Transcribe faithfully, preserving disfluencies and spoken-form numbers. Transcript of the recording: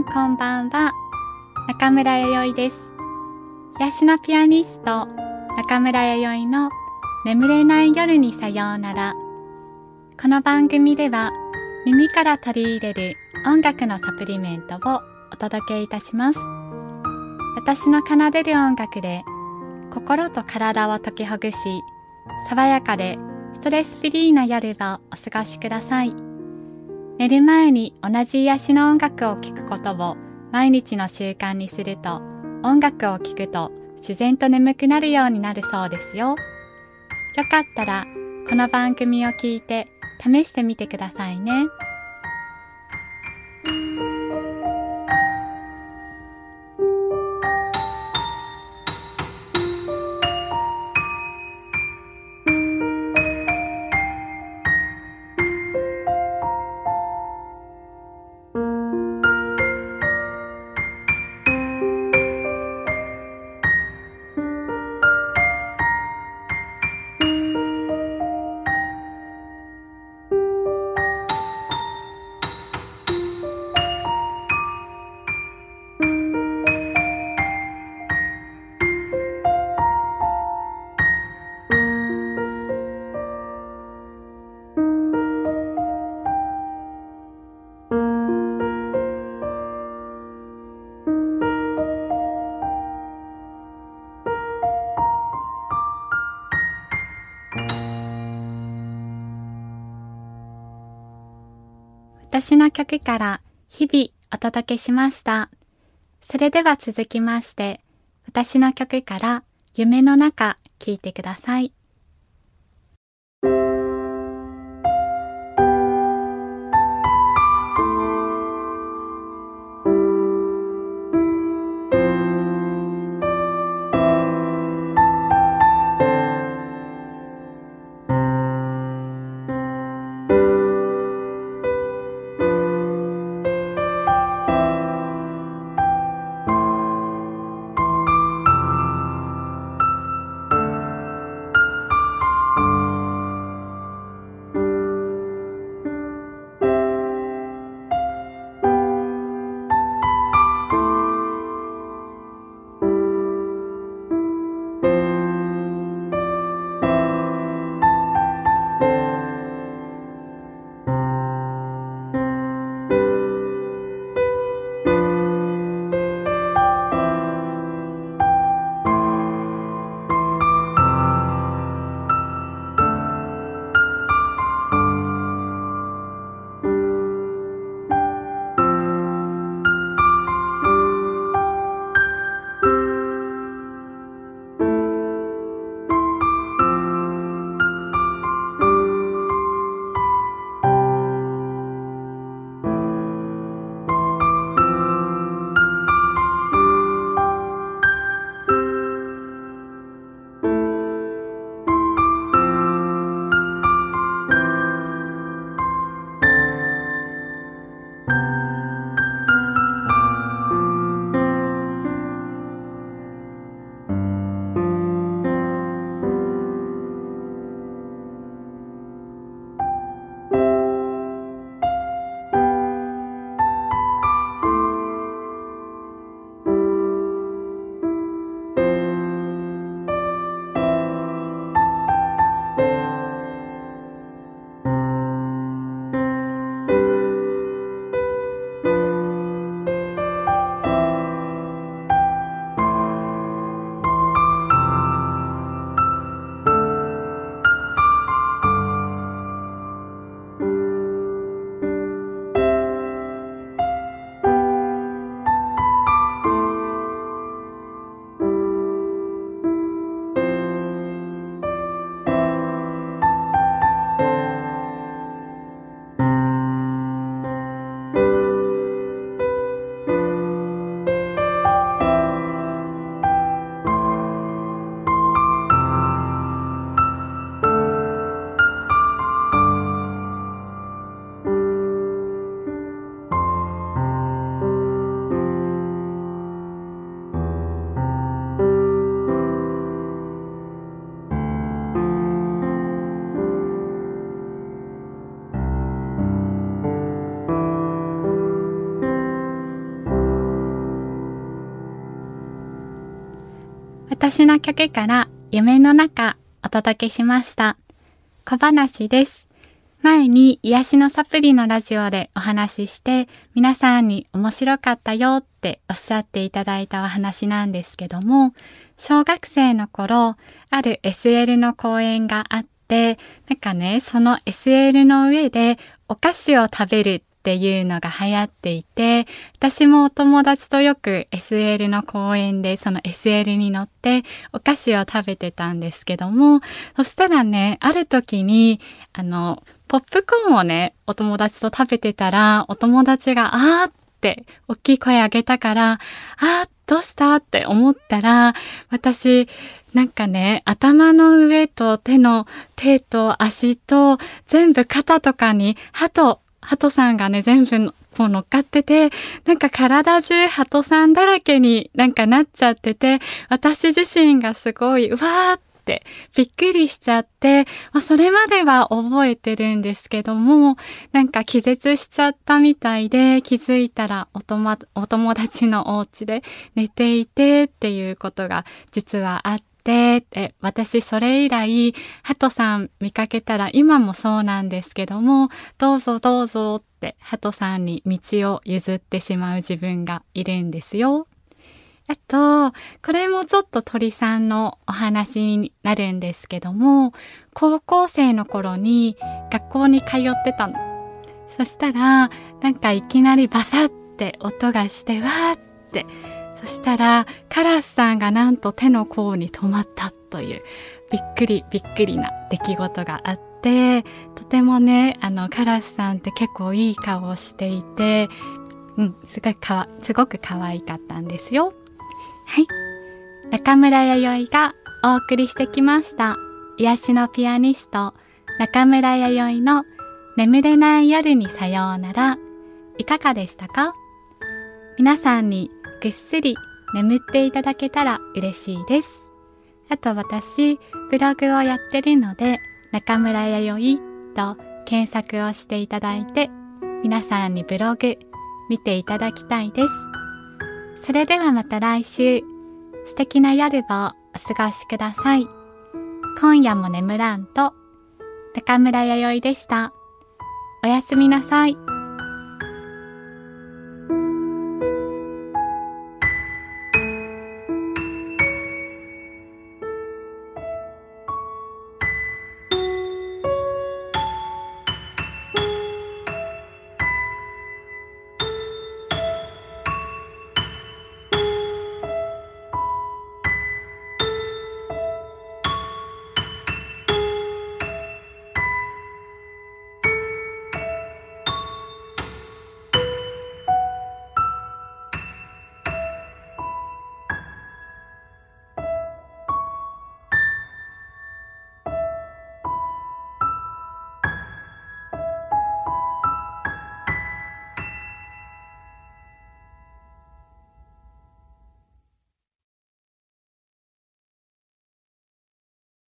こんばんは。中村弥生です。癒しのピアニスト中村弥生の眠れない夜にさようなら。この番組では耳から取り入れる音楽のサプリメントをお届けいたします。私の奏でる音楽で心と体を解きほぐし、爽やかでストレスフリーな夜をお過ごしください。寝る前に同じ癒しの音楽を聴くことを毎日の習慣にすると、音楽を聴くと自然と眠くなるようになるそうですよ。よかったらこの番組を聞いて試してみてくださいね。私の曲から日々お届けしました。それでは続きまして、私の曲から夢の中聴いてください。 私の曲から夢の中お届けしました。小話です。前に癒しのサプリのラジオでお話しして皆さんに面白かったよっておっしゃっていただいたお話なんですけども、小学生の頃ある エスエル の講演があって、なんかね、その エスエル の上でお菓子を食べるっていうのが流行っていて、私もお友達とよく エスエル の公園でその エスエル に乗ってお菓子を食べてたんですけども、そしたらね、ある時にあのポップコーンをね、お友達と食べてたら、お友達があーって大きい声上げたから、あーどうしたって思ったら、私なんかね、頭の上と手の手と足と全部肩とかに鳩鳩さんがね、全部こう乗っかってて、なんか体中鳩さんだらけになんかなっちゃってて、私自身がすごい、うわーってびっくりしちゃって、まあ、それまでは覚えてるんですけども、なんか気絶しちゃったみたいで、気づいたらおとま、お友達のお家で寝ていてっていうことが実はあって、で、え、私それ以来、鳩さん見かけたら今もそうなんですけども、どうぞどうぞって鳩さんに道を譲ってしまう自分がいるんですよ。あと、これもちょっと鳥さんのお話になるんですけども、高校生の頃に学校に通ってたの。そしたら、なんかいきなりバサッって音がして、わーって、そしたらカラスさんがなんと手の甲に止まったというびっくりびっくりな出来事があって、とてもね、あのカラスさんって結構いい顔をしていて、うんすごいかわすごく可愛かったんですよ。はい、中村弥生がお送りしてきました癒しのピアニスト中村弥生の眠れない夜にさようなら、いかがでしたか？皆さんにぐっすり眠っていただけたら嬉しいです。あと私、ブログをやってるので、中村弥生と検索をしていただいて、皆さんにブログ見ていただきたいです。それではまた来週、素敵な夜をお過ごしください。今夜も眠らんと、中村弥生でした。おやすみなさい。